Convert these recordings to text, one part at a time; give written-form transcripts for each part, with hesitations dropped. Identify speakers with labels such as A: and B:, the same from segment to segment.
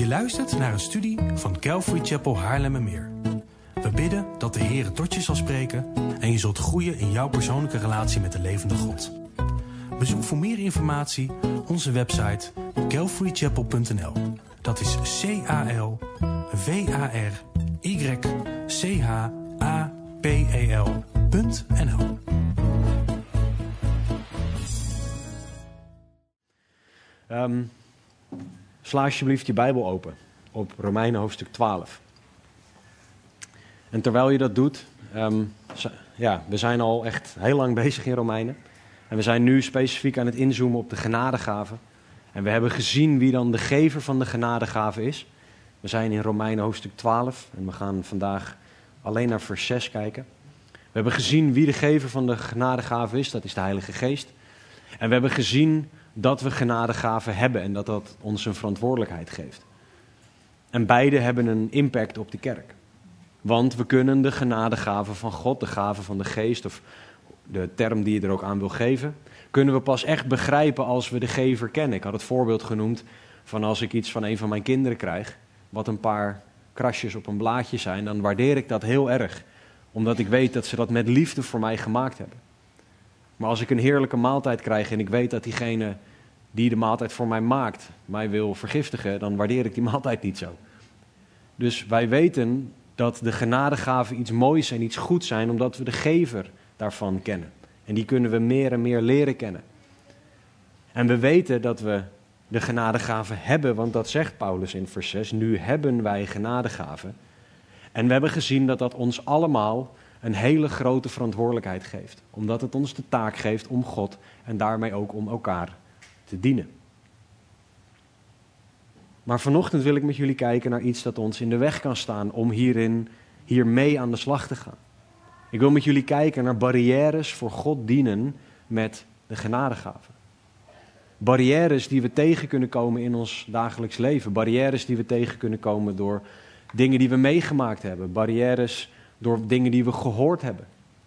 A: luistert naar een studie van Calvary Chapel Haarlemmermeer. We bidden dat de Heer tot je zal spreken en je zult groeien in jouw persoonlijke relatie met de levende God. Bezoek voor meer informatie onze website calvarychapel.nl. Dat is CALVARYCHAPEL.nl.
B: Sla alsjeblieft je Bijbel open op Romeinen hoofdstuk 12. En terwijl je dat doet, we zijn al echt heel lang bezig in Romeinen. En we zijn nu specifiek aan het inzoomen op de genadegaven. En we hebben gezien wie dan de gever van de genadegave is. We zijn in Romeinen hoofdstuk 12 en we gaan vandaag alleen naar vers 6 kijken. We hebben gezien wie de gever van de genadegave is, dat is de Heilige Geest. En we hebben gezien dat we genadegaven hebben en dat dat ons een verantwoordelijkheid geeft. En beide hebben een impact op de kerk. Want we kunnen de genadegaven van God, de gave van de Geest, of de term die je er ook aan wil geven, kunnen we pas echt begrijpen als we de gever kennen. Ik had het voorbeeld genoemd van als ik iets van een van mijn kinderen krijg, wat een paar krasjes op een blaadje zijn, dan waardeer ik dat heel erg. Omdat ik weet dat ze dat met liefde voor mij gemaakt hebben. Maar als ik een heerlijke maaltijd krijg en ik weet dat diegene die de maaltijd voor mij maakt, mij wil vergiftigen, dan waardeer ik die maaltijd niet zo. Dus wij weten dat de genadegaven iets moois en iets goeds zijn, omdat we de gever daarvan kennen. En die kunnen we meer en meer leren kennen. En we weten dat we de genadegaven hebben, want dat zegt Paulus in vers 6. Nu hebben wij genadegaven. En we hebben gezien dat dat ons allemaal een hele grote verantwoordelijkheid geeft. Omdat het ons de taak geeft om God en daarmee ook om elkaar te dienen. Maar vanochtend wil ik met jullie kijken naar iets dat ons in de weg kan staan om hiermee aan de slag te gaan. Ik wil met jullie kijken naar barrières voor God dienen met de genadegaven. Barrières die we tegen kunnen komen in ons dagelijks leven. Barrières die we tegen kunnen komen door dingen die we meegemaakt hebben. Barrières door dingen die we gehoord hebben.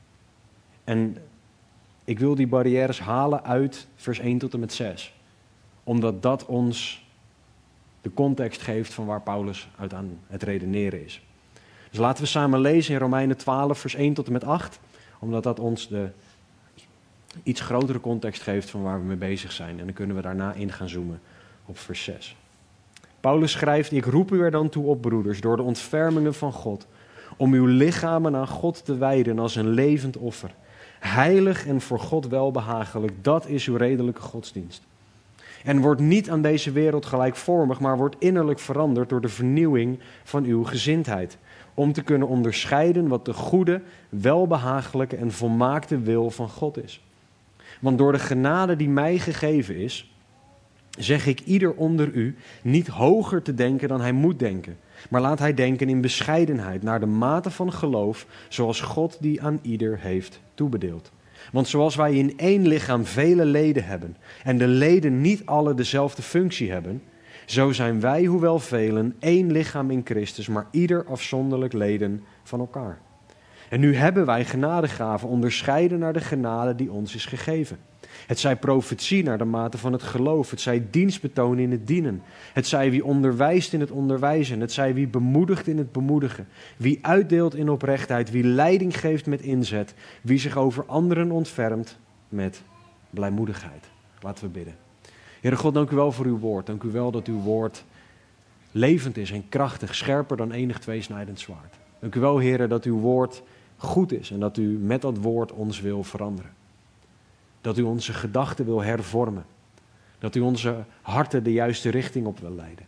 B: En ik wil die barrières halen uit vers 1 tot en met 6. Omdat dat ons de context geeft van waar Paulus uit aan het redeneren is. Dus laten we samen lezen in Romeinen 12 vers 1 tot en met 8. Omdat dat ons de iets grotere context geeft van waar we mee bezig zijn. En dan kunnen we daarna in gaan zoomen op vers 6. Paulus schrijft: Ik roep u er dan toe op, broeders, door de ontfermingen van God, om uw lichamen aan God te wijden als een levend offer. Heilig en voor God welbehagelijk, dat is uw redelijke godsdienst. En word niet aan deze wereld gelijkvormig, maar word innerlijk veranderd door de vernieuwing van uw gezindheid. Om te kunnen onderscheiden wat de goede, welbehagelijke en volmaakte wil van God is. Want door de genade die mij gegeven is, zeg ik ieder onder u niet hoger te denken dan hij moet denken. Maar laat hij denken in bescheidenheid, naar de mate van geloof, zoals God die aan ieder heeft toebedeeld. Want zoals wij in één lichaam vele leden hebben, en de leden niet alle dezelfde functie hebben, zo zijn wij, hoewel velen, één lichaam in Christus, maar ieder afzonderlijk leden van elkaar. En nu hebben wij genadegaven, onderscheiden naar de genade die ons is gegeven. Het zij profetie naar de mate van het geloof, het zij dienst betonen in het dienen. Het zij wie onderwijst in het onderwijzen, het zij wie bemoedigt in het bemoedigen. Wie uitdeelt in oprechtheid, wie leiding geeft met inzet, wie zich over anderen ontfermt met blijmoedigheid. Laten we bidden. Heere God, dank u wel voor uw woord. Dank u wel dat uw woord levend is en krachtig, scherper dan enig tweesnijdend zwaard. Dank u wel, Heere, dat uw woord goed is en dat u met dat woord ons wil veranderen. Dat u onze gedachten wil hervormen. Dat u onze harten de juiste richting op wil leiden.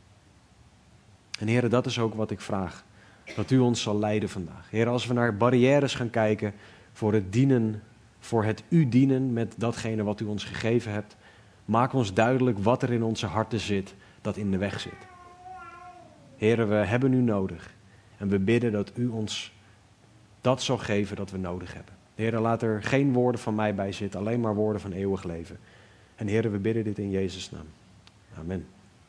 B: En Heere, dat is ook wat ik vraag. Dat u ons zal leiden vandaag. Heere, als we naar barrières gaan kijken voor het dienen, voor het u dienen met datgene wat u ons gegeven hebt, maak ons duidelijk wat er in onze harten zit dat in de weg zit. Heere, we hebben u nodig. En we bidden dat u ons dat zal geven dat we nodig hebben. Heere, laat er geen woorden van mij bij zitten, alleen maar woorden van eeuwig leven. En Heere, we bidden dit in Jezus' naam. Amen.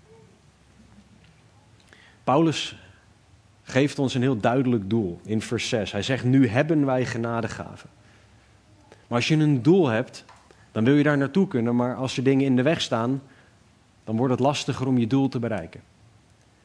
B: Paulus geeft ons een heel duidelijk doel in vers 6. Hij zegt, nu hebben wij genadegaven. Maar als je een doel hebt, dan wil je daar naartoe kunnen. Maar als er dingen in de weg staan, dan wordt het lastiger om je doel te bereiken.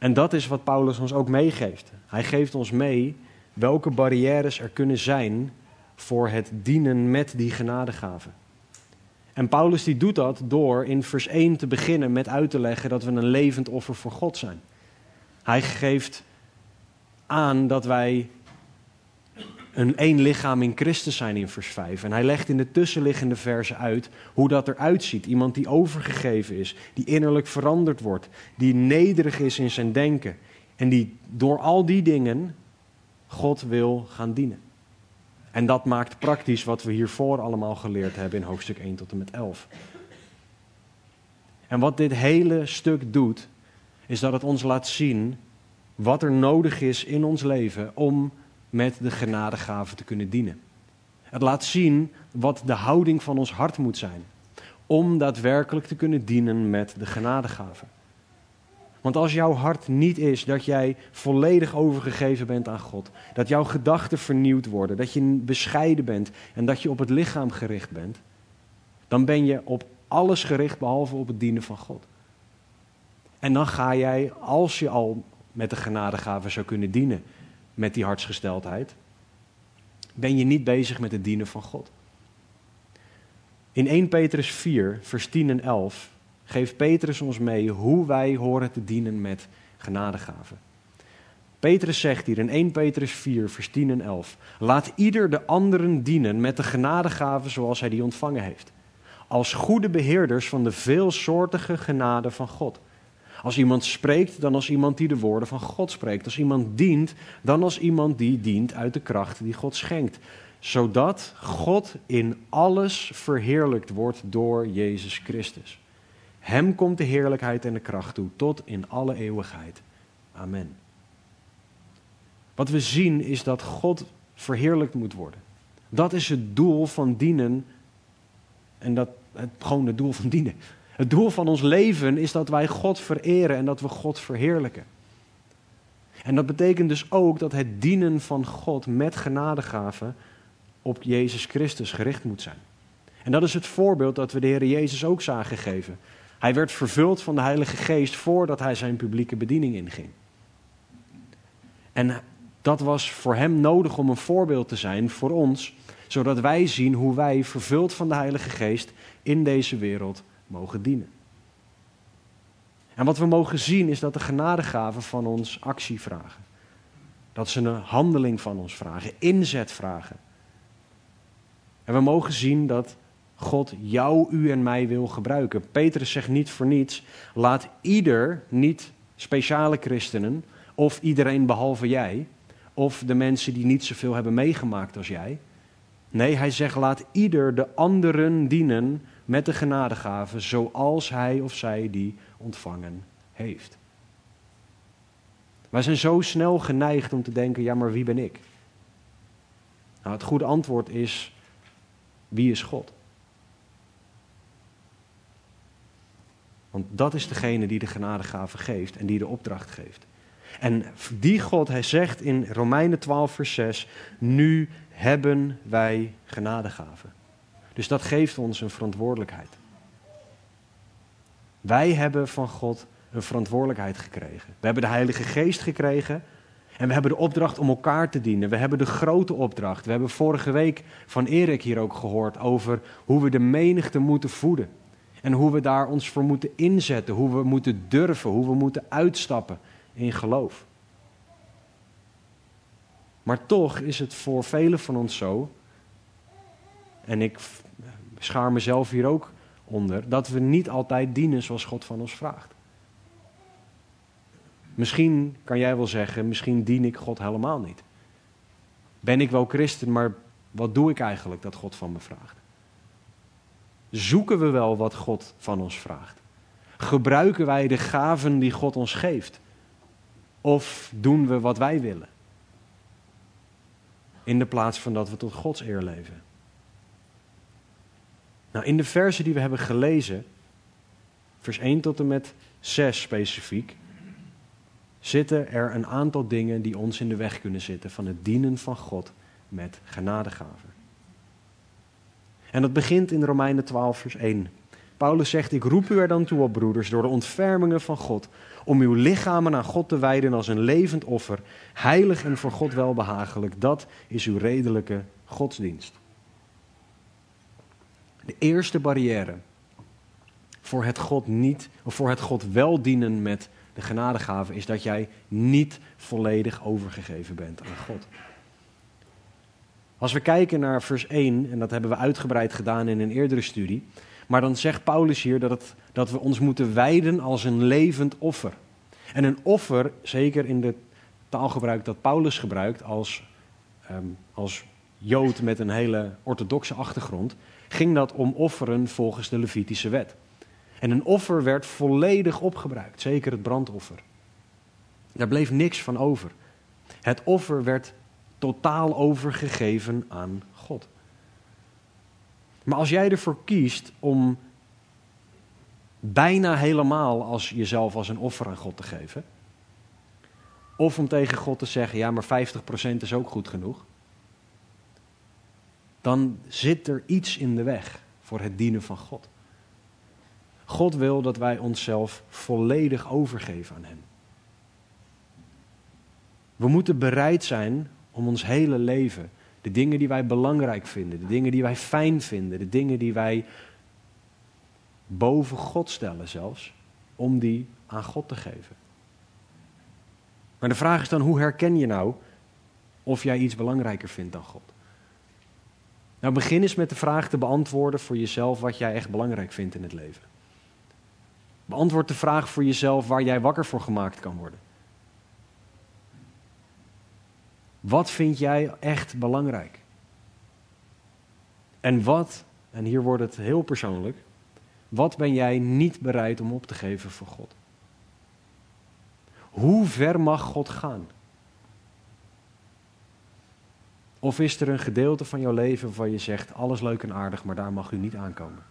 B: En dat is wat Paulus ons ook meegeeft. Hij geeft ons mee welke barrières er kunnen zijn voor het dienen met die genadegaven. En Paulus die doet dat door in vers 1 te beginnen met uit te leggen dat we een levend offer voor God zijn. Hij geeft aan dat wij een één lichaam in Christus zijn in vers 5. En hij legt in de tussenliggende versen uit hoe dat eruit ziet. Iemand die overgegeven is, die innerlijk veranderd wordt, die nederig is in zijn denken. En die door al die dingen God wil gaan dienen. En dat maakt praktisch wat we hiervoor allemaal geleerd hebben in hoofdstuk 1 tot en met 11. En wat dit hele stuk doet, is dat het ons laat zien wat er nodig is in ons leven om met de genadegaven te kunnen dienen. Het laat zien wat de houding van ons hart moet zijn om daadwerkelijk te kunnen dienen met de genadegaven. Want als jouw hart niet is dat jij volledig overgegeven bent aan God, dat jouw gedachten vernieuwd worden, dat je bescheiden bent en dat je op het lichaam gericht bent, dan ben je op alles gericht behalve op het dienen van God. En dan ga jij, als je al met de genadegaven zou kunnen dienen met die hartsgesteldheid, ben je niet bezig met het dienen van God. In 1 Petrus 4, vers 10 en 11 geeft Petrus ons mee hoe wij horen te dienen met genadegaven. Petrus zegt hier in 1 Petrus 4, vers 10 en 11... Laat ieder de anderen dienen met de genadegaven zoals hij die ontvangen heeft. Als goede beheerders van de veelsoortige genade van God. Als iemand spreekt, dan als iemand die de woorden van God spreekt. Als iemand dient, dan als iemand die dient uit de kracht die God schenkt. Zodat God in alles verheerlijkt wordt door Jezus Christus. Hem komt de heerlijkheid en de kracht toe, tot in alle eeuwigheid. Amen. Wat we zien is dat God verheerlijkt moet worden. Dat is het doel van dienen. En gewoon het doel van dienen. Het doel van ons leven is dat wij God vereren en dat we God verheerlijken. En dat betekent dus ook dat het dienen van God met genadegaven op Jezus Christus gericht moet zijn. En dat is het voorbeeld dat we de Heer Jezus ook zagen geven. Hij werd vervuld van de Heilige Geest voordat hij zijn publieke bediening inging. En dat was voor hem nodig om een voorbeeld te zijn voor ons, zodat wij zien hoe wij vervuld van de Heilige Geest in deze wereld mogen dienen. En wat we mogen zien is dat de genadegaven van ons actie vragen. Dat ze een handeling van ons vragen, inzet vragen. En we mogen zien dat God jou, u en mij wil gebruiken. Petrus zegt niet voor niets, laat ieder, niet speciale christenen, of iedereen behalve jij, of de mensen die niet zoveel hebben meegemaakt als jij. Nee, hij zegt, laat ieder de anderen dienen met de genadegaven zoals hij of zij die ontvangen heeft. Wij zijn zo snel geneigd om te denken, ja, maar wie ben ik? Nou, het goede antwoord is, wie is God? Want dat is degene die de genadegaven geeft en die de opdracht geeft. En die God, hij zegt in Romeinen 12 vers 6, nu hebben wij genadegaven. Dus dat geeft ons een verantwoordelijkheid. Wij hebben van God een verantwoordelijkheid gekregen. We hebben de Heilige Geest gekregen en we hebben de opdracht om elkaar te dienen. We hebben de grote opdracht. We hebben vorige week van Erik hier ook gehoord over hoe we de menigte moeten voeden. En hoe we daar ons voor moeten inzetten, hoe we moeten durven, hoe we moeten uitstappen in geloof. Maar toch is het voor velen van ons zo, en ik schaar mezelf hier ook onder, dat we niet altijd dienen zoals God van ons vraagt. Misschien kan jij wel zeggen, misschien dien ik God helemaal niet. Ben ik wel christen, maar wat doe ik eigenlijk dat God van me vraagt? Zoeken we wel wat God van ons vraagt? Gebruiken wij de gaven die God ons geeft? Of doen we wat wij willen? In de plaats van dat we tot Gods eer leven. Nou, in de versen die we hebben gelezen, vers 1 tot en met 6 specifiek, zitten er een aantal dingen die ons in de weg kunnen zitten van het dienen van God met genadegaven. En dat begint in Romeinen 12 vers 1. Paulus zegt, ik roep u er dan toe op, broeders, door de ontfermingen van God, om uw lichamen aan God te wijden als een levend offer, heilig en voor God welbehagelijk. Dat is uw redelijke godsdienst. De eerste barrière voor het God wel dienen met de genadegave is dat jij niet volledig overgegeven bent aan God. Als we kijken naar vers 1, en dat hebben we uitgebreid gedaan in een eerdere studie, maar dan zegt Paulus hier dat we ons moeten wijden als een levend offer. En een offer, zeker in de taalgebruik dat Paulus gebruikt als Jood met een hele orthodoxe achtergrond, ging dat om offeren volgens de Levitische wet. En een offer werd volledig opgebruikt, zeker het brandoffer. Daar bleef niks van over. Het offer werd totaal overgegeven aan God. Maar als jij ervoor kiest om bijna helemaal als jezelf als een offer aan God te geven, of om tegen God te zeggen, ja, maar 50% is ook goed genoeg, dan zit er iets in de weg voor het dienen van God. God wil dat wij onszelf volledig overgeven aan Hem. We moeten bereid zijn om ons hele leven, de dingen die wij belangrijk vinden, de dingen die wij fijn vinden, de dingen die wij boven God stellen zelfs, om die aan God te geven. Maar de vraag is dan, hoe herken je nou of jij iets belangrijker vindt dan God? Nou, begin eens met de vraag te beantwoorden voor jezelf wat jij echt belangrijk vindt in het leven. Beantwoord de vraag voor jezelf waar jij wakker voor gemaakt kan worden. Wat vind jij echt belangrijk? En hier wordt het heel persoonlijk, wat ben jij niet bereid om op te geven voor God? Hoe ver mag God gaan? Of is er een gedeelte van jouw leven waarvan je zegt, alles leuk en aardig, maar daar mag u niet aankomen?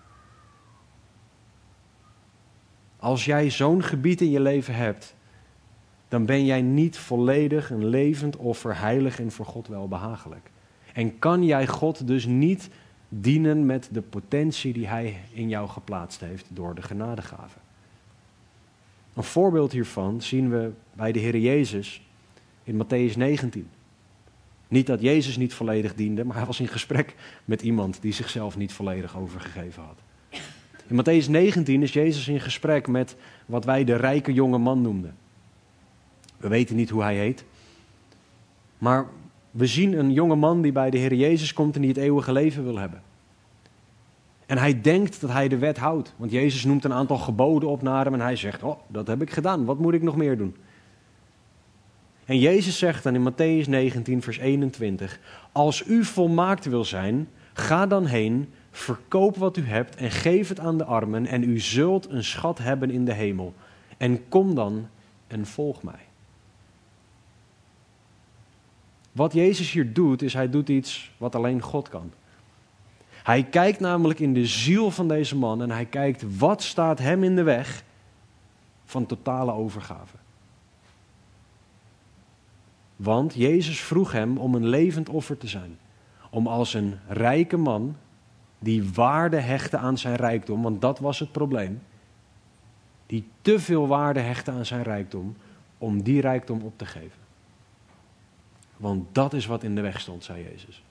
B: Als jij zo'n gebied in je leven hebt, dan ben jij niet volledig een levend offer, heilig en voor God welbehagelijk. En kan jij God dus niet dienen met de potentie die Hij in jou geplaatst heeft door de genadegave. Een voorbeeld hiervan zien we bij de Heer Jezus in Mattheüs 19. Niet dat Jezus niet volledig diende, maar hij was in gesprek met iemand die zichzelf niet volledig overgegeven had. In Mattheüs 19 is Jezus in gesprek met wat wij de rijke jonge man noemden. We weten niet hoe hij heet. Maar we zien een jonge man die bij de Heer Jezus komt en die het eeuwige leven wil hebben. En hij denkt dat hij de wet houdt. Want Jezus noemt een aantal geboden op naar hem en hij zegt, oh, dat heb ik gedaan, wat moet ik nog meer doen? En Jezus zegt dan in Mattheüs 19 vers 21, als u volmaakt wil zijn, ga dan heen, verkoop wat u hebt en geef het aan de armen en u zult een schat hebben in de hemel. En kom dan en volg mij. Wat Jezus hier doet, is hij doet iets wat alleen God kan. Hij kijkt namelijk in de ziel van deze man en hij kijkt wat staat hem in de weg van totale overgave. Want Jezus vroeg hem om een levend offer te zijn. Om als een rijke man die waarde hechtte aan zijn rijkdom, want dat was het probleem. Die te veel waarde hechtte aan zijn rijkdom, om die rijkdom op te geven. Want dat is wat in de weg stond, zei Jezus.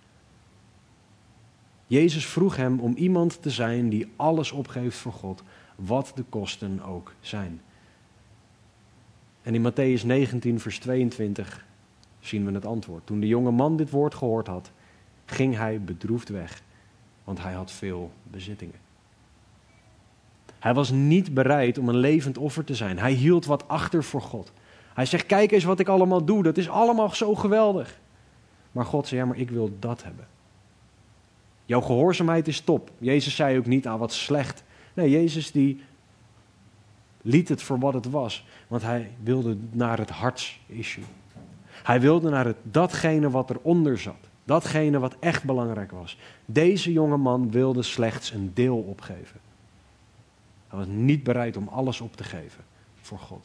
B: Jezus vroeg hem om iemand te zijn die alles opgeeft voor God, wat de kosten ook zijn. En in Mattheüs 19 vers 22 zien we het antwoord. Toen de jonge man dit woord gehoord had, ging hij bedroefd weg, want hij had veel bezittingen. Hij was niet bereid om een levend offer te zijn. Hij hield wat achter voor God. Hij zegt, kijk eens wat ik allemaal doe, dat is allemaal zo geweldig. Maar God zei, ja, maar ik wil dat hebben. Jouw gehoorzaamheid is top. Jezus zei ook niet, wat slecht. Nee, Jezus die liet het voor wat het was. Want hij wilde naar het hartsissue. Hij wilde naar datgene wat eronder zat. Datgene wat echt belangrijk was. Deze jonge man wilde slechts een deel opgeven. Hij was niet bereid om alles op te geven voor God.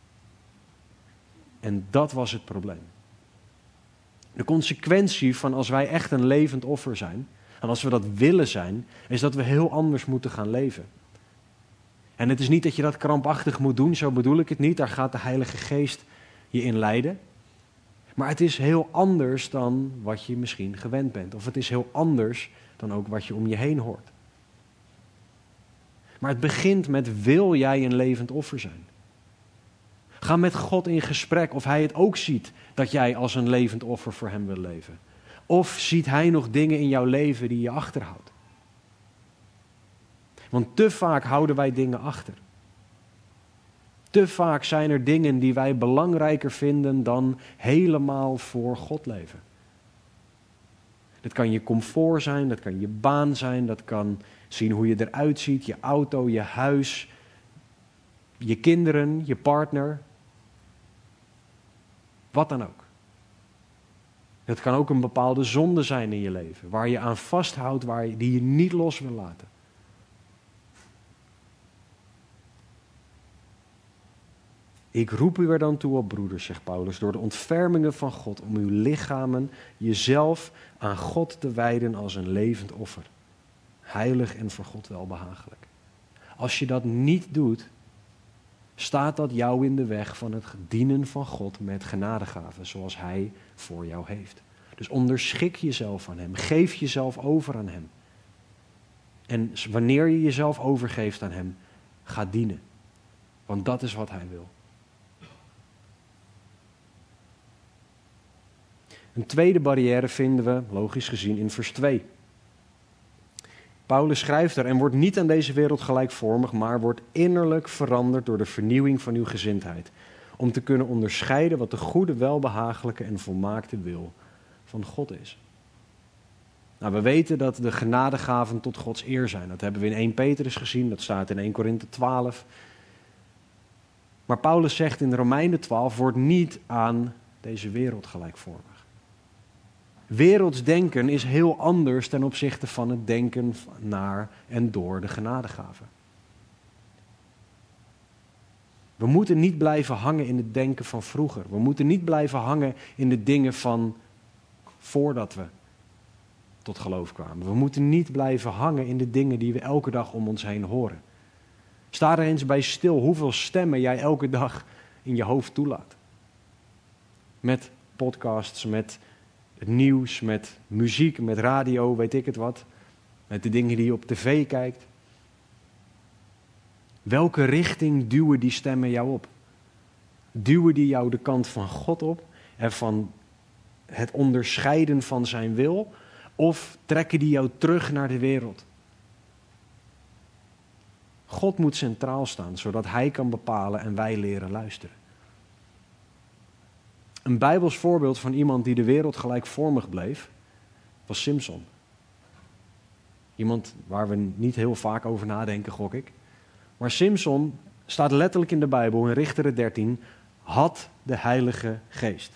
B: En dat was het probleem. De consequentie van als wij echt een levend offer zijn, en als we dat willen zijn, is dat we heel anders moeten gaan leven. En het is niet dat je dat krampachtig moet doen, zo bedoel ik het niet. Daar gaat de Heilige Geest je in leiden. Maar het is heel anders dan wat je misschien gewend bent. Of het is heel anders dan ook wat je om je heen hoort. Maar het begint met: wil jij een levend offer zijn? Ga met God in gesprek of hij het ook ziet dat jij als een levend offer voor hem wil leven. Of ziet hij nog dingen in jouw leven die je achterhoudt? Want te vaak houden wij dingen achter. Te vaak zijn er dingen die wij belangrijker vinden dan helemaal voor God leven. Dat kan je comfort zijn, dat kan je baan zijn, dat kan zien hoe je eruit ziet, je auto, je huis, je kinderen, je partner. Wat dan ook. Het kan ook een bepaalde zonde zijn in je leven, waar je aan vasthoudt, die je niet los wil laten. Ik roep u er dan toe op, broeders, zegt Paulus, door de ontfermingen van God, om uw lichamen, jezelf aan God te wijden als een levend offer. Heilig en voor God welbehagelijk. Als je dat niet doet, staat dat jou in de weg van het dienen van God met genadegaven, zoals hij voor jou heeft. Dus onderschik jezelf aan hem, geef jezelf over aan hem. En wanneer je jezelf overgeeft aan hem, ga dienen. Want dat is wat hij wil. Een tweede barrière vinden we, logisch gezien, in vers 2. Paulus schrijft er: en wordt niet aan deze wereld gelijkvormig, maar wordt innerlijk veranderd door de vernieuwing van uw gezindheid. Om te kunnen onderscheiden wat de goede, welbehagelijke en volmaakte wil van God is. Nou, we weten dat de genadegaven tot Gods eer zijn. Dat hebben we in 1 Petrus gezien, dat staat in 1 Korinthe 12. Maar Paulus zegt in Romeinen 12, wordt niet aan deze wereld gelijkvormig. Werelds denken is heel anders ten opzichte van het denken naar en door de genadegaven. We moeten niet blijven hangen in het denken van vroeger. We moeten niet blijven hangen in de dingen van voordat we tot geloof kwamen. We moeten niet blijven hangen in de dingen die we elke dag om ons heen horen. Sta er eens bij stil hoeveel stemmen jij elke dag in je hoofd toelaat. Met podcasts, met het nieuws, met muziek, met radio, weet ik het wat. Met de dingen die je op tv kijkt. Welke richting duwen die stemmen jou op? Duwen die jou de kant van God op en van het onderscheiden van zijn wil? Of trekken die jou terug naar de wereld? God moet centraal staan, zodat hij kan bepalen en wij leren luisteren. Een Bijbels voorbeeld van iemand die de wereld gelijkvormig bleef, was Simson. Iemand waar we niet heel vaak over nadenken, gok ik. Maar Simson, staat letterlijk in de Bijbel, in Richteren 13, had de Heilige Geest.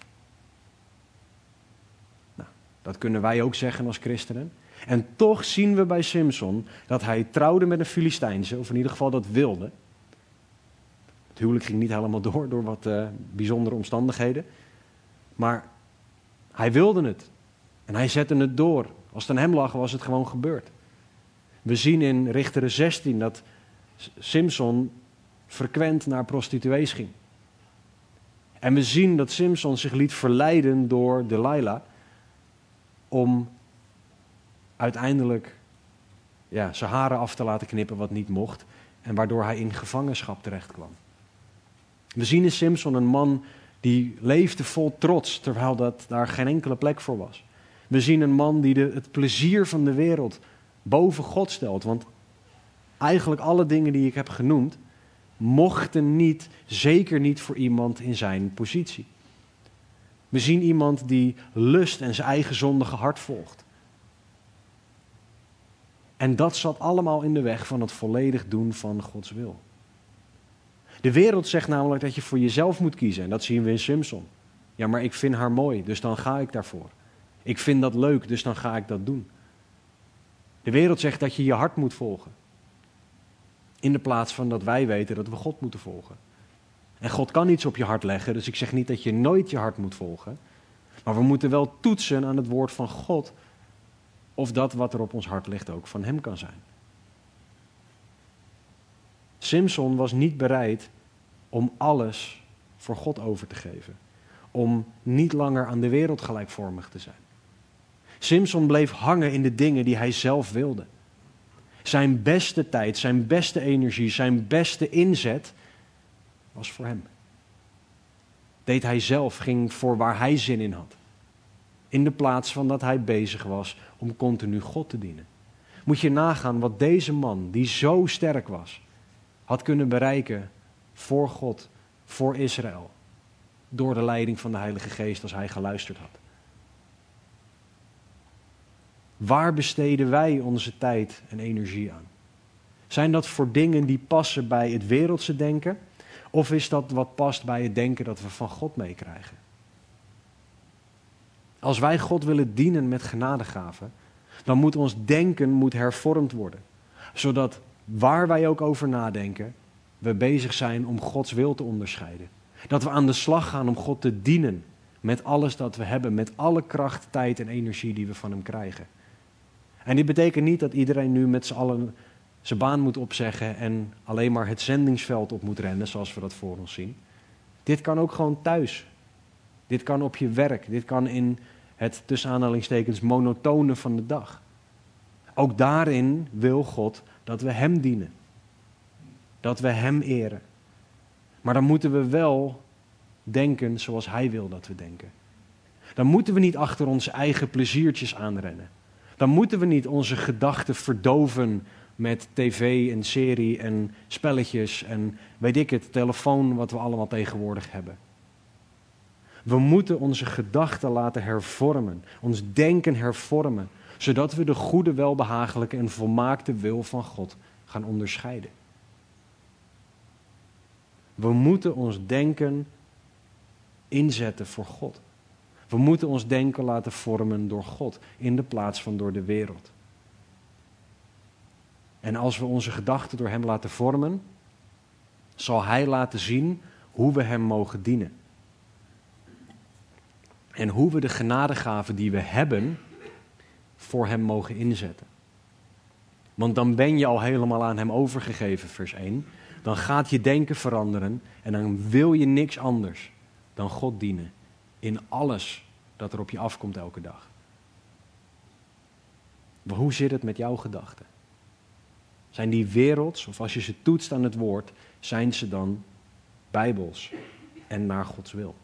B: Nou, dat kunnen wij ook zeggen als christenen. En toch zien we bij Simson dat hij trouwde met een Filistijnse, of in ieder geval dat wilde. Het huwelijk ging niet helemaal door wat bijzondere omstandigheden. Maar hij wilde het. En hij zette het door. Als het aan hem lag, was het gewoon gebeurd. We zien in Richteren 16 dat Simson frequent naar prostituees ging. En we zien dat Simson zich liet verleiden door Delilah om uiteindelijk zijn haren af te laten knippen wat niet mocht. En waardoor hij in gevangenschap terecht kwam. We zien in Simson een man die leefde vol trots, terwijl daar geen enkele plek voor was. We zien een man die het plezier van de wereld boven God stelt. Want eigenlijk alle dingen die ik heb genoemd, mochten niet, zeker niet voor iemand in zijn positie. We zien iemand die lust en zijn eigen zondige hart volgt. En dat zat allemaal in de weg van het volledig doen van Gods wil. De wereld zegt namelijk dat je voor jezelf moet kiezen. En dat zien we in Simson. Ja, maar ik vind haar mooi, dus dan ga ik daarvoor. Ik vind dat leuk, dus dan ga ik dat doen. De wereld zegt dat je je hart moet volgen. In de plaats van dat wij weten dat we God moeten volgen. En God kan iets op je hart leggen, dus ik zeg niet dat je nooit je hart moet volgen. Maar we moeten wel toetsen aan het woord van God of dat wat er op ons hart ligt ook van hem kan zijn. Simson was niet bereid om alles voor God over te geven. Om niet langer aan de wereld gelijkvormig te zijn. Simson bleef hangen in de dingen die hij zelf wilde. Zijn beste tijd, zijn beste energie, zijn beste inzet was voor hem. Deed hij zelf, ging voor waar hij zin in had. In de plaats van dat hij bezig was om continu God te dienen. Moet je nagaan wat deze man, die zo sterk was, had kunnen bereiken voor God, voor Israël. Door de leiding van de Heilige Geest als hij geluisterd had. Waar besteden wij onze tijd en energie aan? Zijn dat voor dingen die passen bij het wereldse denken? Of is dat wat past bij het denken dat we van God meekrijgen? Als wij God willen dienen met genadegaven, dan moet ons denken hervormd worden. Zodat waar wij ook over nadenken, we bezig zijn om Gods wil te onderscheiden. Dat we aan de slag gaan om God te dienen met alles dat we hebben, met alle kracht, tijd en energie die we van hem krijgen. En dit betekent niet dat iedereen nu met z'n allen zijn baan moet opzeggen en alleen maar het zendingsveld op moet rennen, zoals we dat voor ons zien. Dit kan ook gewoon thuis. Dit kan op je werk. Dit kan in het tussen aanhalingstekens monotone van de dag. Ook daarin wil God dat we hem dienen. Dat we hem eren. Maar dan moeten we wel denken zoals hij wil dat we denken. Dan moeten we niet achter onze eigen pleziertjes aanrennen. Dan moeten we niet onze gedachten verdoven met tv en serie en spelletjes en weet ik het, telefoon wat we allemaal tegenwoordig hebben. We moeten onze gedachten laten hervormen, ons denken hervormen, zodat we de goede, welbehagelijke en volmaakte wil van God gaan onderscheiden. We moeten ons denken inzetten voor God. We moeten ons denken laten vormen door God, in de plaats van door de wereld. En als we onze gedachten door hem laten vormen, zal hij laten zien hoe we hem mogen dienen. En hoe we de genadegaven die we hebben, voor hem mogen inzetten. Want dan ben je al helemaal aan hem overgegeven, vers 1. Dan gaat je denken veranderen en dan wil je niks anders dan God dienen. In alles dat er op je afkomt elke dag. Maar hoe zit het met jouw gedachten? Zijn die werelds, of als je ze toetst aan het woord, zijn ze dan bijbels en naar Gods wil?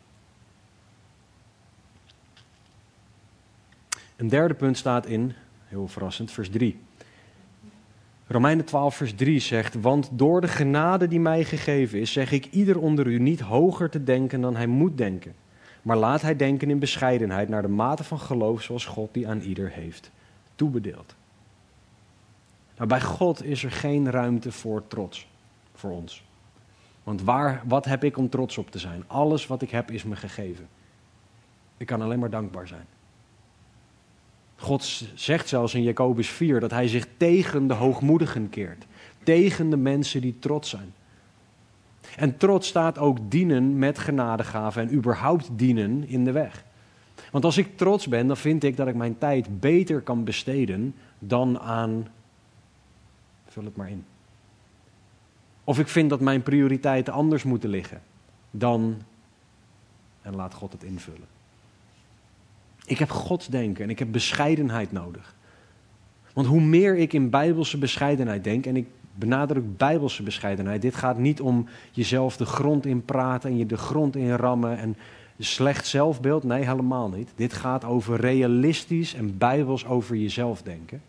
B: Een derde punt staat in, heel verrassend, vers 3. Romeinen 12 vers 3 zegt, want door de genade die mij gegeven is, zeg ik ieder onder u niet hoger te denken dan hij moet denken. Maar laat hij denken in bescheidenheid naar de mate van geloof zoals God die aan ieder heeft toebedeeld. Nou, bij God is er geen ruimte voor trots, voor ons. Want wat heb ik om trots op te zijn? Alles wat ik heb is me gegeven. Ik kan alleen maar dankbaar zijn. God zegt zelfs in Jacobus 4 dat hij zich tegen de hoogmoedigen keert. Tegen de mensen die trots zijn. En trots staat ook dienen met genadegaven en überhaupt dienen in de weg. Want als ik trots ben, dan vind ik dat ik mijn tijd beter kan besteden dan aan... Vul het maar in. Of ik vind dat mijn prioriteiten anders moeten liggen dan... En laat God het invullen. Ik heb godsdenken en ik heb bescheidenheid nodig. Want hoe meer ik in bijbelse bescheidenheid denk, en ik benadruk bijbelse bescheidenheid, dit gaat niet om jezelf de grond in praten en je de grond in rammen en slecht zelfbeeld, nee helemaal niet. Dit gaat over realistisch en bijbels over jezelf denken.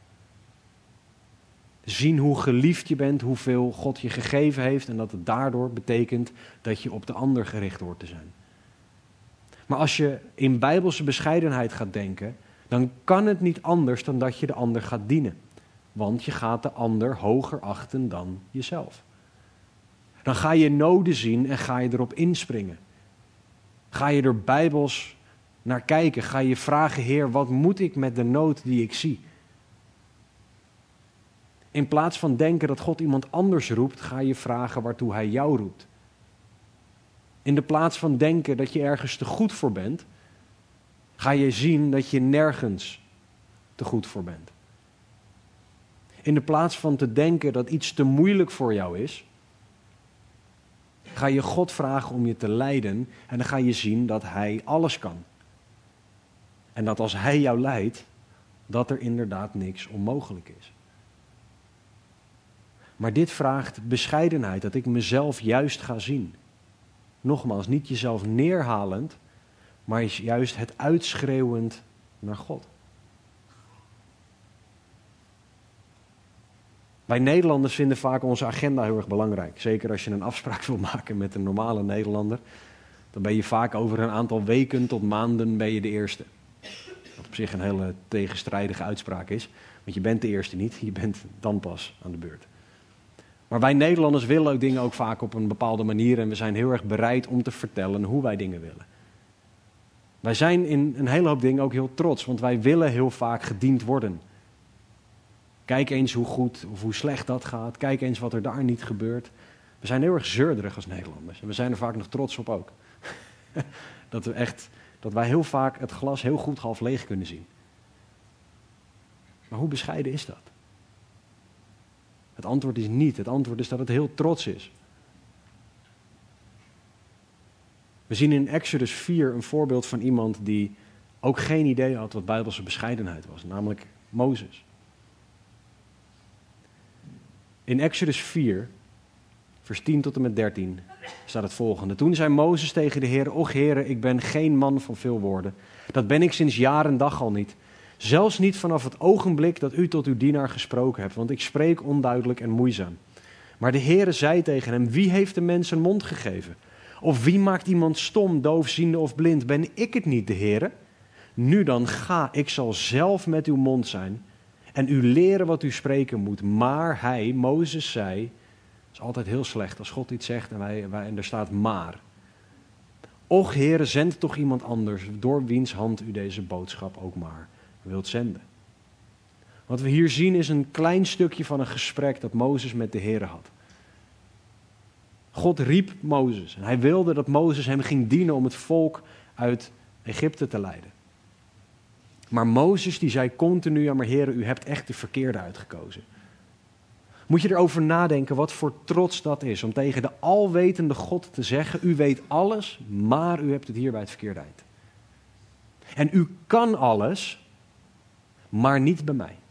B: Zien hoe geliefd je bent, hoeveel God je gegeven heeft en dat het daardoor betekent dat je op de ander gericht hoort te zijn. Maar als je in bijbelse bescheidenheid gaat denken, dan kan het niet anders dan dat je de ander gaat dienen. Want je gaat de ander hoger achten dan jezelf. Dan ga je noden zien en ga je erop inspringen. Ga je er bijbels naar kijken. Ga je vragen, Heer, wat moet ik met de nood die ik zie? In plaats van denken dat God iemand anders roept, ga je vragen waartoe hij jou roept. In de plaats van denken dat je ergens te goed voor bent, ga je zien dat je nergens te goed voor bent. In de plaats van te denken dat iets te moeilijk voor jou is, ga je God vragen om je te leiden en dan ga je zien dat Hij alles kan. En dat als Hij jou leidt, dat er inderdaad niks onmogelijk is. Maar dit vraagt bescheidenheid, dat ik mezelf juist ga zien. Nogmaals, niet jezelf neerhalend, maar juist het uitschreeuwend naar God. Wij Nederlanders vinden vaak onze agenda heel erg belangrijk. Zeker als je een afspraak wil maken met een normale Nederlander. Dan ben je vaak over een aantal weken tot maanden ben je de eerste. Wat op zich een hele tegenstrijdige uitspraak is. Want je bent de eerste niet, je bent dan pas aan de beurt. Maar wij Nederlanders willen ook dingen ook vaak op een bepaalde manier. En we zijn heel erg bereid om te vertellen hoe wij dingen willen. Wij zijn in een hele hoop dingen ook heel trots. Want wij willen heel vaak gediend worden. Kijk eens hoe goed of hoe slecht dat gaat. Kijk eens wat er daar niet gebeurt. We zijn heel erg zeurderig als Nederlanders. En we zijn er vaak nog trots op ook. Dat wij heel vaak het glas heel goed half leeg kunnen zien. Maar hoe bescheiden is dat? Het antwoord is niet. Het antwoord is dat het heel trots is. We zien in Exodus 4 een voorbeeld van iemand die ook geen idee had wat bijbelse bescheidenheid was. Namelijk Mozes. In Exodus 4, vers 10 tot en met 13, staat het volgende. Toen zei Mozes tegen de Heer: Och Heere, ik ben geen man van veel woorden. Dat ben ik sinds jaar en dag al niet. Zelfs niet vanaf het ogenblik dat u tot uw dienaar gesproken hebt, want ik spreek onduidelijk en moeizaam. Maar de Heere zei tegen hem: Wie heeft de mens een mond gegeven? Of wie maakt iemand stom, doofziende of blind? Ben ik het niet, de Heere? Nu dan, ga, ik zal zelf met uw mond zijn en u leren wat u spreken moet. Maar hij, Mozes, zei, het is altijd heel slecht als God iets zegt en er staat maar. Och Heere, zend toch iemand anders, door wiens hand u deze boodschap ook maar wilt zenden. Wat we hier zien is een klein stukje van een gesprek dat Mozes met de Heere had. God riep Mozes en hij wilde dat Mozes hem ging dienen om het volk uit Egypte te leiden. Maar Mozes die zei continu: ja, maar Heere, u hebt echt de verkeerde uitgekozen. Moet je erover nadenken wat voor trots dat is om tegen de alwetende God te zeggen: u weet alles, maar u hebt het hier bij het verkeerde eind. En u kan alles, maar niet bij mij.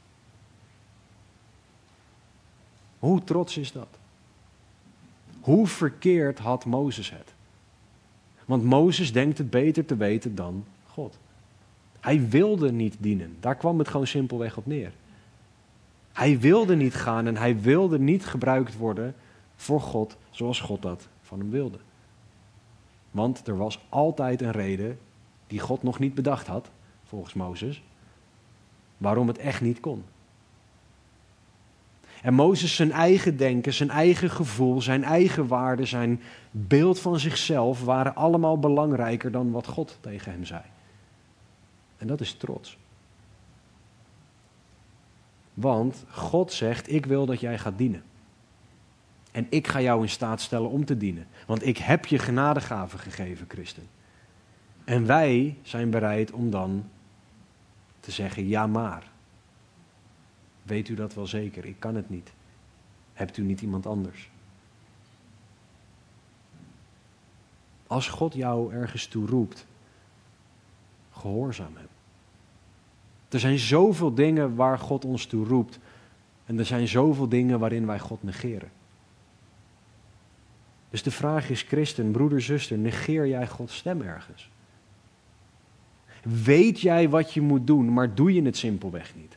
B: Hoe trots is dat? Hoe verkeerd had Mozes het? Want Mozes denkt het beter te weten dan God. Hij wilde niet dienen. Daar kwam het gewoon simpelweg op neer. Hij wilde niet gaan en hij wilde niet gebruikt worden voor God zoals God dat van hem wilde. Want er was altijd een reden die God nog niet bedacht had, volgens Mozes, waarom het echt niet kon. En Mozes zijn eigen denken, zijn eigen gevoel, zijn eigen waarden, zijn beeld van zichzelf waren allemaal belangrijker dan wat God tegen hem zei. En dat is trots. Want God zegt: ik wil dat jij gaat dienen. En ik ga jou in staat stellen om te dienen. Want ik heb je genadegaven gegeven, christen. En wij zijn bereid om dan te zeggen: ja maar. Weet u dat wel zeker? Ik kan het niet. Hebt u niet iemand anders? Als God jou ergens toe roept, gehoorzaam hem. Er zijn zoveel dingen waar God ons toe roept. En er zijn zoveel dingen waarin wij God negeren. Dus de vraag is, christen, broeder, zuster, negeer jij Gods stem ergens? Weet jij wat je moet doen, maar doe je het simpelweg niet?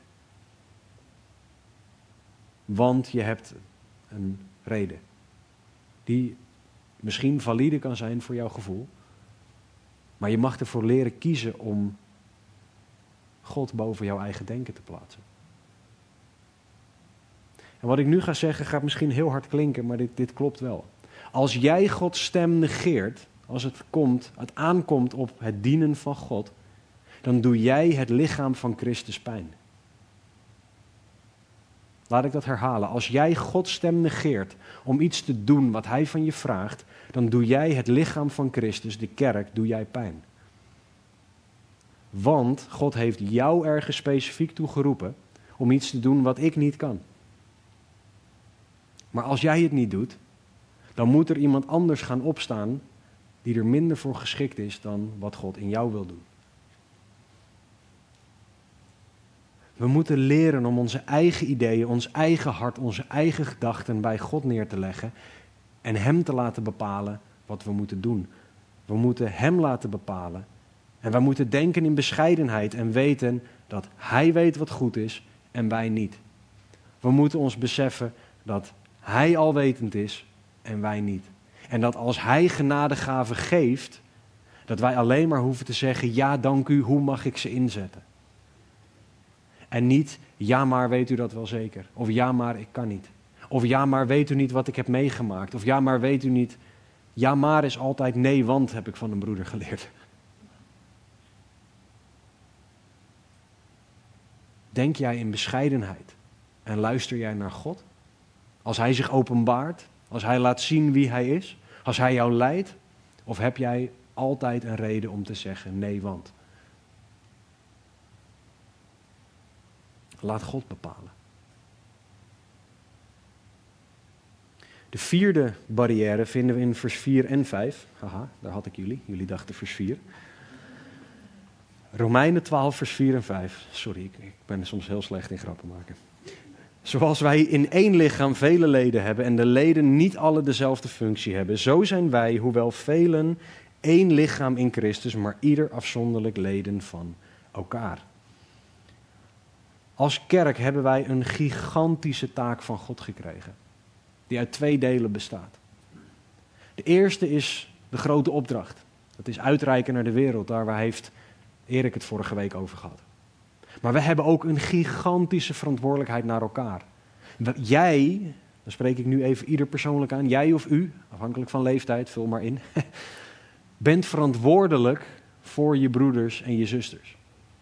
B: Want je hebt een reden die misschien valide kan zijn voor jouw gevoel. Maar je mag ervoor leren kiezen om God boven jouw eigen denken te plaatsen. En wat ik nu ga zeggen gaat misschien heel hard klinken, maar dit klopt wel. Als jij Gods stem negeert, als het aankomt op het dienen van God, dan doe jij het lichaam van Christus pijn. Laat ik dat herhalen. Als jij Gods stem negeert om iets te doen wat Hij van je vraagt, dan doe jij het lichaam van Christus, de kerk, doe jij pijn. Want God heeft jou ergens specifiek toe geroepen om iets te doen wat ik niet kan. Maar als jij het niet doet, dan moet er iemand anders gaan opstaan die er minder voor geschikt is dan wat God in jou wil doen. We moeten leren om onze eigen ideeën, ons eigen hart, onze eigen gedachten bij God neer te leggen en Hem te laten bepalen wat we moeten doen. We moeten Hem laten bepalen en wij moeten denken in bescheidenheid en weten dat Hij weet wat goed is en wij niet. We moeten ons beseffen dat Hij alwetend is en wij niet. En dat als Hij genadegaven geeft, dat wij alleen maar hoeven te zeggen, ja dank u, hoe mag ik ze inzetten? En niet, ja maar weet u dat wel zeker? Of ja maar ik kan niet. Of ja maar weet u niet wat ik heb meegemaakt? Of ja maar weet u niet. Ja maar is altijd nee want, heb ik van een broeder geleerd. Denk jij in bescheidenheid en luister jij naar God? Als Hij zich openbaart, als Hij laat zien wie Hij is, als Hij jou leidt? Of heb jij altijd een reden om te zeggen nee want? Laat God bepalen. De vierde barrière vinden we in vers 4 en 5. Haha, daar had ik jullie. Jullie dachten vers 4. Romeinen 12, vers 4 en 5. Sorry, ik ben soms heel slecht in grappen maken. Zoals wij in één lichaam vele leden hebben en de leden niet alle dezelfde functie hebben, zo zijn wij, hoewel velen, één lichaam in Christus, maar ieder afzonderlijk leden van elkaar. Als kerk hebben wij een gigantische taak van God gekregen, die uit 2 delen bestaat. De eerste is de grote opdracht. Dat is uitreiken naar de wereld, daar heeft Erik het vorige week over gehad. Maar we hebben ook een gigantische verantwoordelijkheid naar elkaar. Jij, dan spreek ik nu even ieder persoonlijk aan, jij of u, afhankelijk van leeftijd, vul maar in, bent verantwoordelijk voor je broeders en je zusters.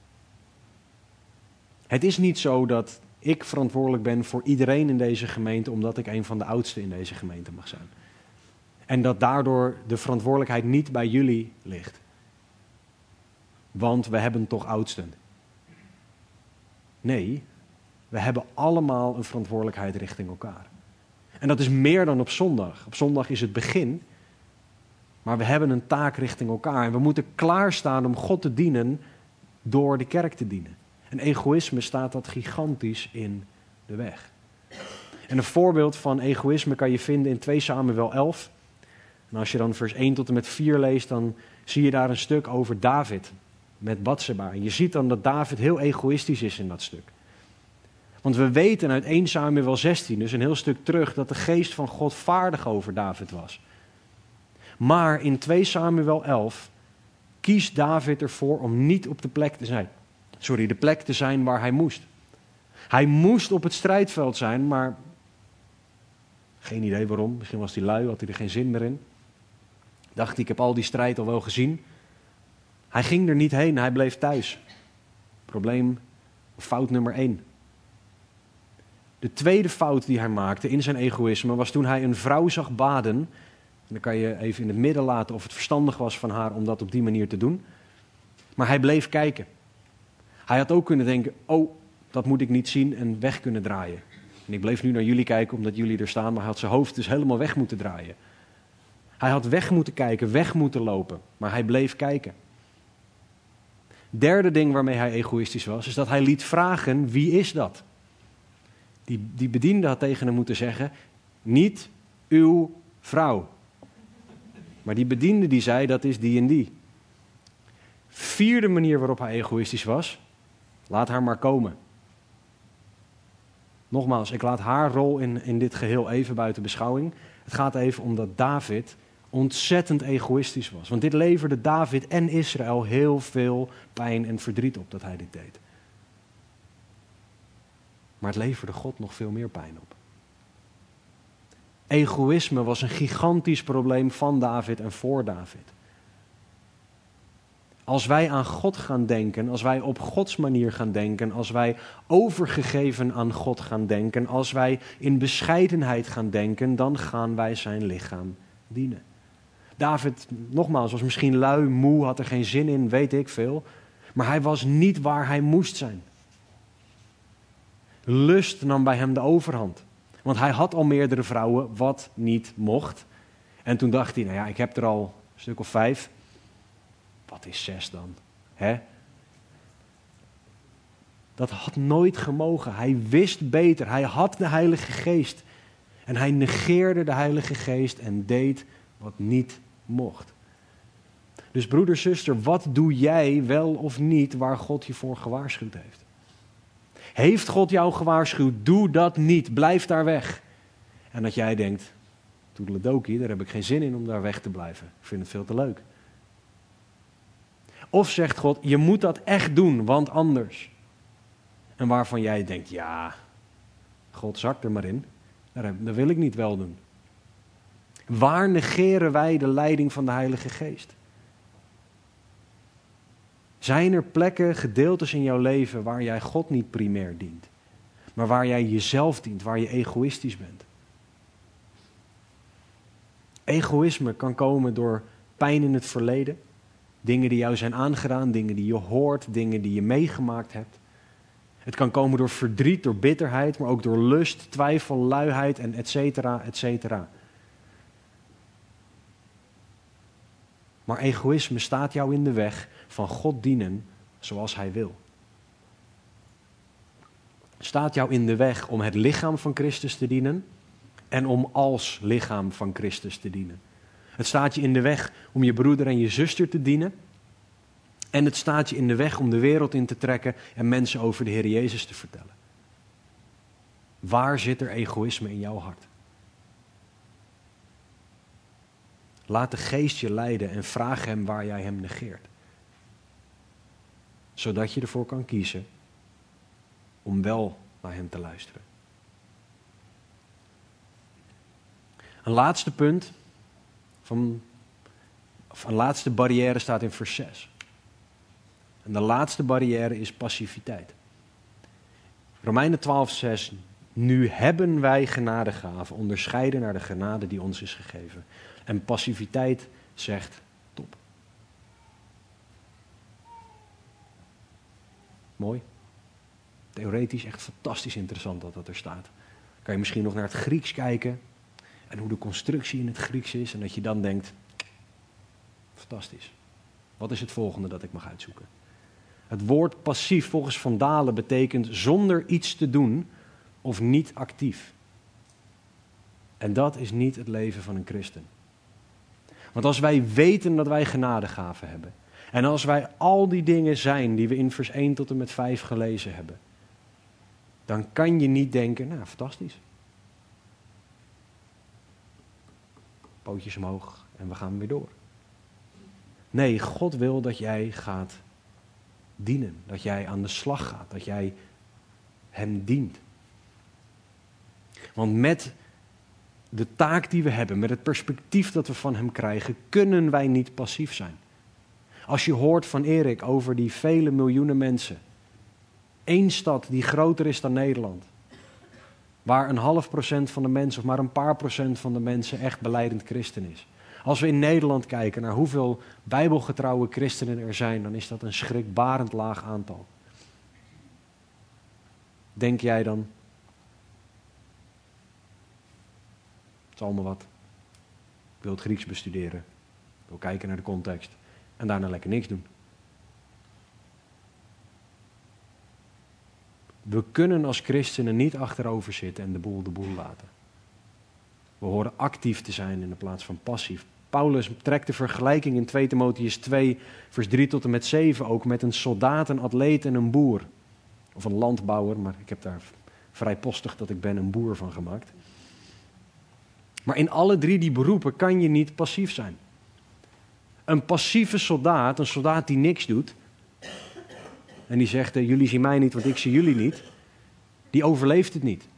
B: Het is niet zo dat ik verantwoordelijk ben voor iedereen in deze gemeente, omdat ik een van de oudsten in deze gemeente mag zijn. En dat daardoor de verantwoordelijkheid niet bij jullie ligt. Want we hebben toch oudsten. Nee, we hebben allemaal een verantwoordelijkheid richting elkaar. En dat is meer dan op zondag. Op zondag is het begin, maar we hebben een taak richting elkaar. En we moeten klaarstaan om God te dienen door de kerk te dienen. En egoïsme staat dat gigantisch in de weg. En een voorbeeld van egoïsme kan je vinden in 2 Samuel 11. En als je dan vers 1 tot en met 4 leest, dan zie je daar een stuk over David met Batseba. En je ziet dan dat David heel egoïstisch is in dat stuk. Want we weten uit 1 Samuel 16, dus een heel stuk terug, dat de geest van God vaardig over David was. Maar in 2 Samuel 11 kiest David ervoor om niet op de plek te zijn waar hij moest. Hij moest op het strijdveld zijn, maar geen idee waarom. Misschien was hij lui, had hij er geen zin meer in. Dacht hij, ik heb al die strijd al wel gezien. Hij ging er niet heen, hij bleef thuis. Probleem, fout nummer 1. De tweede fout die hij maakte in zijn egoïsme was toen hij een vrouw zag baden. En dan kan je even in het midden laten of het verstandig was van haar om dat op die manier te doen. Maar hij bleef kijken. Hij had ook kunnen denken, oh, dat moet ik niet zien en weg kunnen draaien. En ik bleef nu naar jullie kijken omdat jullie er staan, maar hij had zijn hoofd dus helemaal weg moeten draaien. Hij had weg moeten kijken, weg moeten lopen, maar hij bleef kijken. Derde ding waarmee hij egoïstisch was, is dat hij liet vragen, wie is dat? Die bediende had tegen hem moeten zeggen, niet uw vrouw. Maar die bediende die zei, dat is die en die. Vierde manier waarop hij egoïstisch was, laat haar maar komen. Nogmaals, ik laat haar rol in dit geheel even buiten beschouwing. Het gaat even om dat David ontzettend egoïstisch was. Want dit leverde David en Israël heel veel pijn en verdriet op dat hij dit deed. Maar het leverde God nog veel meer pijn op. Egoïsme was een gigantisch probleem van David en voor David. Als wij aan God gaan denken, als wij op Gods manier gaan denken, als wij overgegeven aan God gaan denken, als wij in bescheidenheid gaan denken, dan gaan wij zijn lichaam dienen. David, nogmaals, was misschien lui, moe, had er geen zin in, weet ik veel. Maar hij was niet waar hij moest zijn. Lust nam bij hem de overhand. Want hij had al meerdere vrouwen, wat niet mocht. En toen dacht hij, nou ja, ik heb er al een stuk of 5. Wat is 6 dan? Hè? Dat had nooit gemogen. Hij wist beter. Hij had de Heilige Geest. En hij negeerde de Heilige Geest en deed wat niet mocht. Dus broeder, zuster, wat doe jij wel of niet waar God je voor gewaarschuwd heeft? Heeft God jou gewaarschuwd? Doe dat niet. Blijf daar weg. En dat jij denkt, toedeledokie, daar heb ik geen zin in om daar weg te blijven. Ik vind het veel te leuk. Of zegt God, je moet dat echt doen, want anders. En waarvan jij denkt, ja, God zakt er maar in. Dat wil ik niet wel doen. Waar negeren wij de leiding van de Heilige Geest? Zijn er plekken, gedeeltes in jouw leven waar jij God niet primair dient? Maar waar jij jezelf dient, waar je egoïstisch bent? Egoïsme kan komen door pijn in het verleden. Dingen die jou zijn aangedaan, dingen die je hoort, dingen die je meegemaakt hebt. Het kan komen door verdriet, door bitterheid, maar ook door lust, twijfel, luiheid en et cetera, et cetera. Maar egoïsme staat jou in de weg van God dienen zoals Hij wil. Staat jou in de weg om het lichaam van Christus te dienen en om als lichaam van Christus te dienen. Het staat je in de weg om je broeder en je zuster te dienen. En het staat je in de weg om de wereld in te trekken en mensen over de Heer Jezus te vertellen. Waar zit er egoïsme in jouw hart? Laat de Geest je leiden en vraag Hem waar jij Hem negeert. Zodat je ervoor kan kiezen om wel naar Hem te luisteren. Een laatste punt, een laatste barrière staat in vers 6. En de laatste barrière is passiviteit. Romeinen 12:6. Nu hebben wij genadegaven, onderscheiden naar de genade die ons is gegeven. En passiviteit zegt top. Mooi. Theoretisch echt fantastisch interessant dat dat er staat. Kan je misschien nog naar het Grieks kijken en hoe de constructie in het Grieks is en dat je dan denkt, fantastisch. Wat is het volgende dat ik mag uitzoeken? Het woord passief volgens Van Dalen betekent zonder iets te doen of niet actief. En dat is niet het leven van een christen. Want als wij weten dat wij genadegaven hebben, en als wij al die dingen zijn die we in vers 1 tot en met 5 gelezen hebben, dan kan je niet denken, nou fantastisch. Pootjes omhoog en we gaan weer door. Nee, God wil dat jij gaat dienen, dat jij aan de slag gaat, dat jij Hem dient. Want met de taak die we hebben, met het perspectief dat we van Hem krijgen, kunnen wij niet passief zijn. Als je hoort van Erik over die vele miljoenen mensen, 1 stad die groter is dan Nederland, waar 0,5% van de mensen of maar een paar procent van de mensen echt belijdend christen is. Als we in Nederland kijken naar hoeveel bijbelgetrouwe christenen er zijn, dan is dat een schrikbarend laag aantal. Denk jij dan, het is allemaal wat. Ik wil het Grieks bestuderen. Ik wil kijken naar de context. En daarna lekker niks doen. We kunnen als christenen niet achterover zitten en de boel laten. We horen actief te zijn in de plaats van passief. Paulus trekt de vergelijking in 2 Timotheüs 2, vers 3 tot en met 7 ook met een soldaat, een atleet en een boer. Of een landbouwer, maar ik heb daar vrij postig dat ik ben een boer van gemaakt. Maar in alle 3 die beroepen kan je niet passief zijn. Een passieve soldaat, een soldaat die niks doet, en die zegt, jullie zien mij niet, want ik zie jullie niet, die overleeft het niet.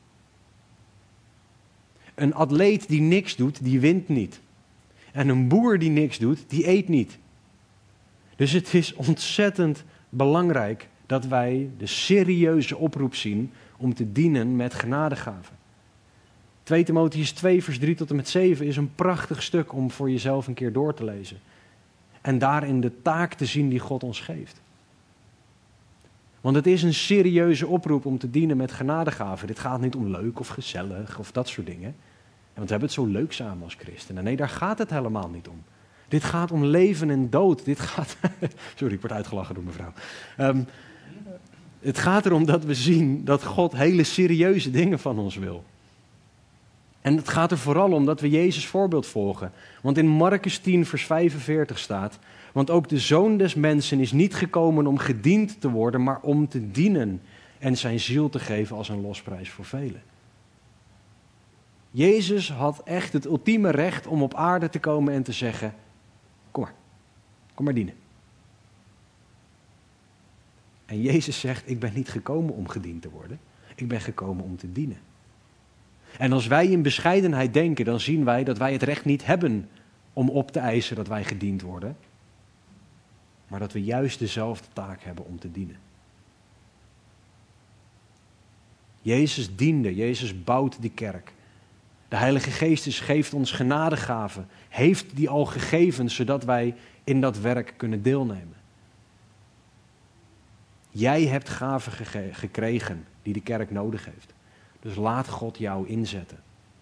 B: Een atleet die niks doet, die wint niet. En een boer die niks doet, die eet niet. Dus het is ontzettend belangrijk dat wij de serieuze oproep zien om te dienen met genadegaven. 2 Timotheüs 2 vers 3 tot en met 7 is een prachtig stuk om voor jezelf een keer door te lezen. En daarin de taak te zien die God ons geeft. Want het is een serieuze oproep om te dienen met genadegaven. Dit gaat niet om leuk of gezellig of dat soort dingen. Want we hebben het zo leuk samen als christenen. Nee, daar gaat het helemaal niet om. Dit gaat om leven en dood. Dit gaat... Sorry, ik word uitgelachen door mevrouw. Het gaat erom dat we zien dat God hele serieuze dingen van ons wil. En het gaat er vooral om dat we Jezus voorbeeld volgen. Want in Marcus 10 vers 45 staat... Want ook de Zoon des Mensen is niet gekomen om gediend te worden, maar om te dienen en zijn ziel te geven als een losprijs voor velen. Jezus had echt het ultieme recht om op aarde te komen en te zeggen, kom maar dienen. En Jezus zegt, ik ben niet gekomen om gediend te worden, ik ben gekomen om te dienen. En als wij in bescheidenheid denken, dan zien wij dat wij het recht niet hebben om op te eisen dat wij gediend worden. Maar dat we juist dezelfde taak hebben om te dienen. Jezus diende, Jezus bouwt die kerk. De Heilige Geest geeft ons genadegaven, heeft die al gegeven, zodat wij in dat werk kunnen deelnemen. Jij hebt gaven gekregen die de kerk nodig heeft. Dus laat God jou inzetten.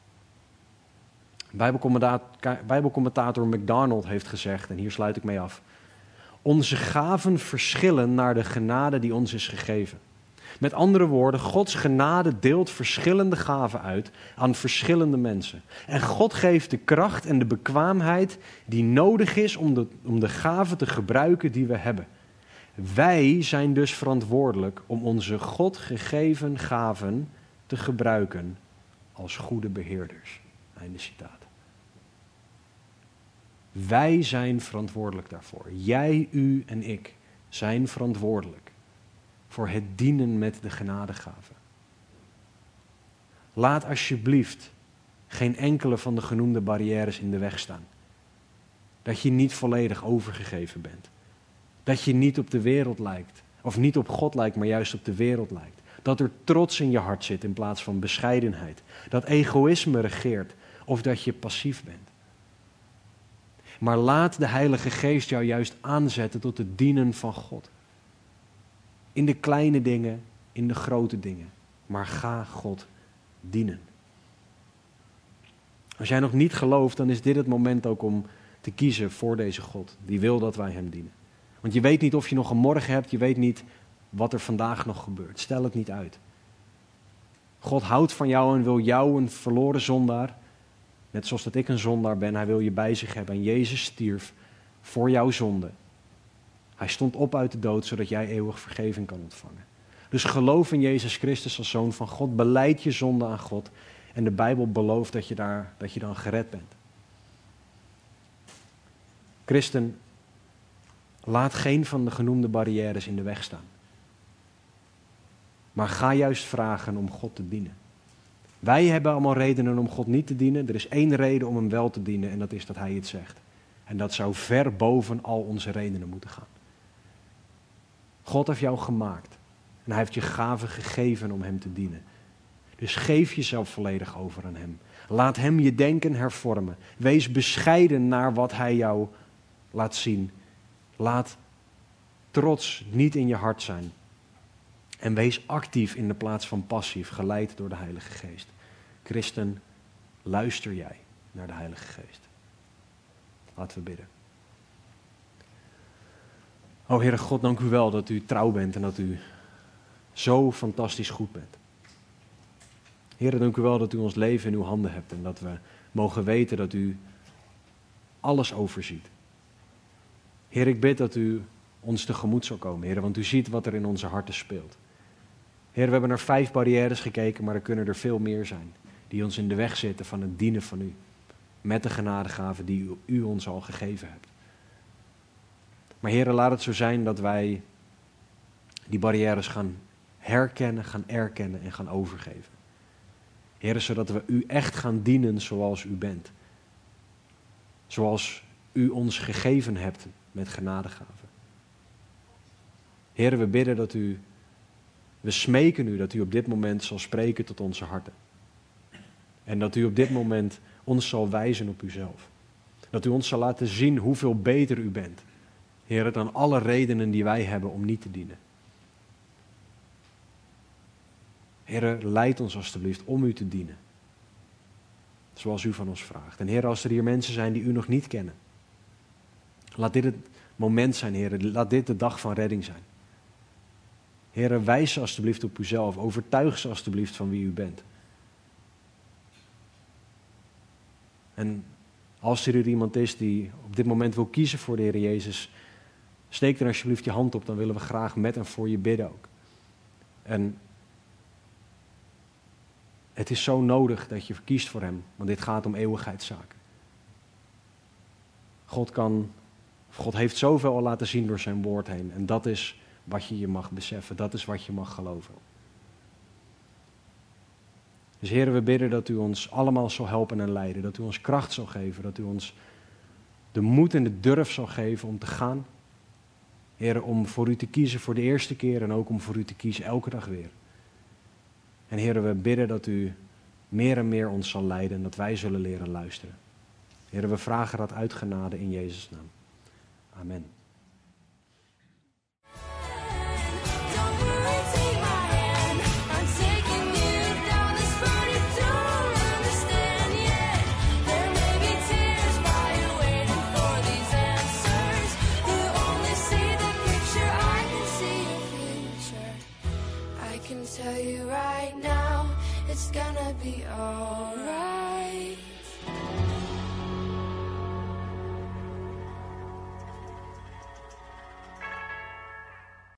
B: Bijbelcommentator MacDonald heeft gezegd, en hier sluit ik mee af. Onze gaven verschillen naar de genade die ons is gegeven. Met andere woorden, Gods genade deelt verschillende gaven uit aan verschillende mensen. En God geeft de kracht en de bekwaamheid die nodig is om de gaven te gebruiken die we hebben. Wij zijn dus verantwoordelijk om onze God gegeven gaven te gebruiken als goede beheerders. Einde citaat. Wij zijn verantwoordelijk daarvoor. Jij, u en ik zijn verantwoordelijk voor het dienen met de genadegaven. Laat alsjeblieft geen enkele van de genoemde barrières in de weg staan. Dat je niet volledig overgegeven bent. Dat je niet op de wereld lijkt. Of niet op God lijkt, maar juist op de wereld lijkt. Dat er trots in je hart zit in plaats van bescheidenheid. Dat egoïsme regeert of dat je passief bent. Maar laat de Heilige Geest jou juist aanzetten tot het dienen van God. In de kleine dingen, in de grote dingen. Maar ga God dienen. Als jij nog niet gelooft, dan is dit het moment ook om te kiezen voor deze God. Die wil dat wij hem dienen. Want je weet niet of je nog een morgen hebt, je weet niet wat er vandaag nog gebeurt. Stel het niet uit. God houdt van jou en wil jou, een verloren zondaar, net zoals dat ik een zondaar ben, hij wil je bij zich hebben. En Jezus stierf voor jouw zonde. Hij stond op uit de dood, zodat jij eeuwig vergeving kan ontvangen. Dus geloof in Jezus Christus als Zoon van God. Belijd je zonde aan God. En de Bijbel belooft dat je dan gered bent. Christen, laat geen van de genoemde barrières in de weg staan. Maar ga juist vragen om God te dienen. Wij hebben allemaal redenen om God niet te dienen. Er is één reden om hem wel te dienen en dat is dat hij het zegt. En dat zou ver boven al onze redenen moeten gaan. God heeft jou gemaakt. En hij heeft je gaven gegeven om hem te dienen. Dus geef jezelf volledig over aan hem. Laat hem je denken hervormen. Wees bescheiden naar wat hij jou laat zien. Laat trots niet in je hart zijn. En wees actief in de plaats van passief, geleid door de Heilige Geest. Christen, luister jij naar de Heilige Geest. Laten we bidden. O Heere God, dank u wel dat u trouw bent en dat u zo fantastisch goed bent. Heere, dank u wel dat u ons leven in uw handen hebt en dat we mogen weten dat u alles overziet. Heer, ik bid dat u ons tegemoet zal komen, Heer, want u ziet wat er in onze harten speelt. Heer, we hebben naar 5 barrières gekeken, maar er kunnen er veel meer zijn die ons in de weg zitten van het dienen van u. Met de genadegaven die u ons al gegeven hebt. Maar Heer, laat het zo zijn dat wij die barrières gaan herkennen, gaan erkennen en gaan overgeven. Heer, zodat we u echt gaan dienen zoals u bent. Zoals u ons gegeven hebt met genadegaven. Heer, we bidden dat we smeken u dat u op dit moment zal spreken tot onze harten. En dat u op dit moment ons zal wijzen op uzelf. Dat u ons zal laten zien hoeveel beter u bent. Heer, dan alle redenen die wij hebben om niet te dienen. Heere, leid ons alstublieft om u te dienen. Zoals u van ons vraagt. En Heere, als er hier mensen zijn die u nog niet kennen. Laat dit het moment zijn, Heere. Laat dit de dag van redding zijn. Heere, wijs ze alstublieft op uzelf. Overtuig ze alstublieft van wie u bent. En als er hier iemand is die op dit moment wil kiezen voor de Heer Jezus, steek er alsjeblieft je hand op, dan willen we graag met en voor je bidden ook. En het is zo nodig dat je kiest voor hem, want dit gaat om eeuwigheidszaken. God heeft zoveel al laten zien door zijn woord heen. En dat is wat je mag beseffen, dat is wat je mag geloven. Dus Heer, we bidden dat u ons allemaal zal helpen en leiden. Dat u ons kracht zal geven. Dat u ons de moed en de durf zal geven om te gaan. Heer, om voor u te kiezen voor de eerste keer en ook om voor u te kiezen elke dag weer. En Heer, we bidden dat u meer en meer ons zal leiden en dat wij zullen leren luisteren. Heer, we vragen dat uit genade in Jezus' naam. Amen.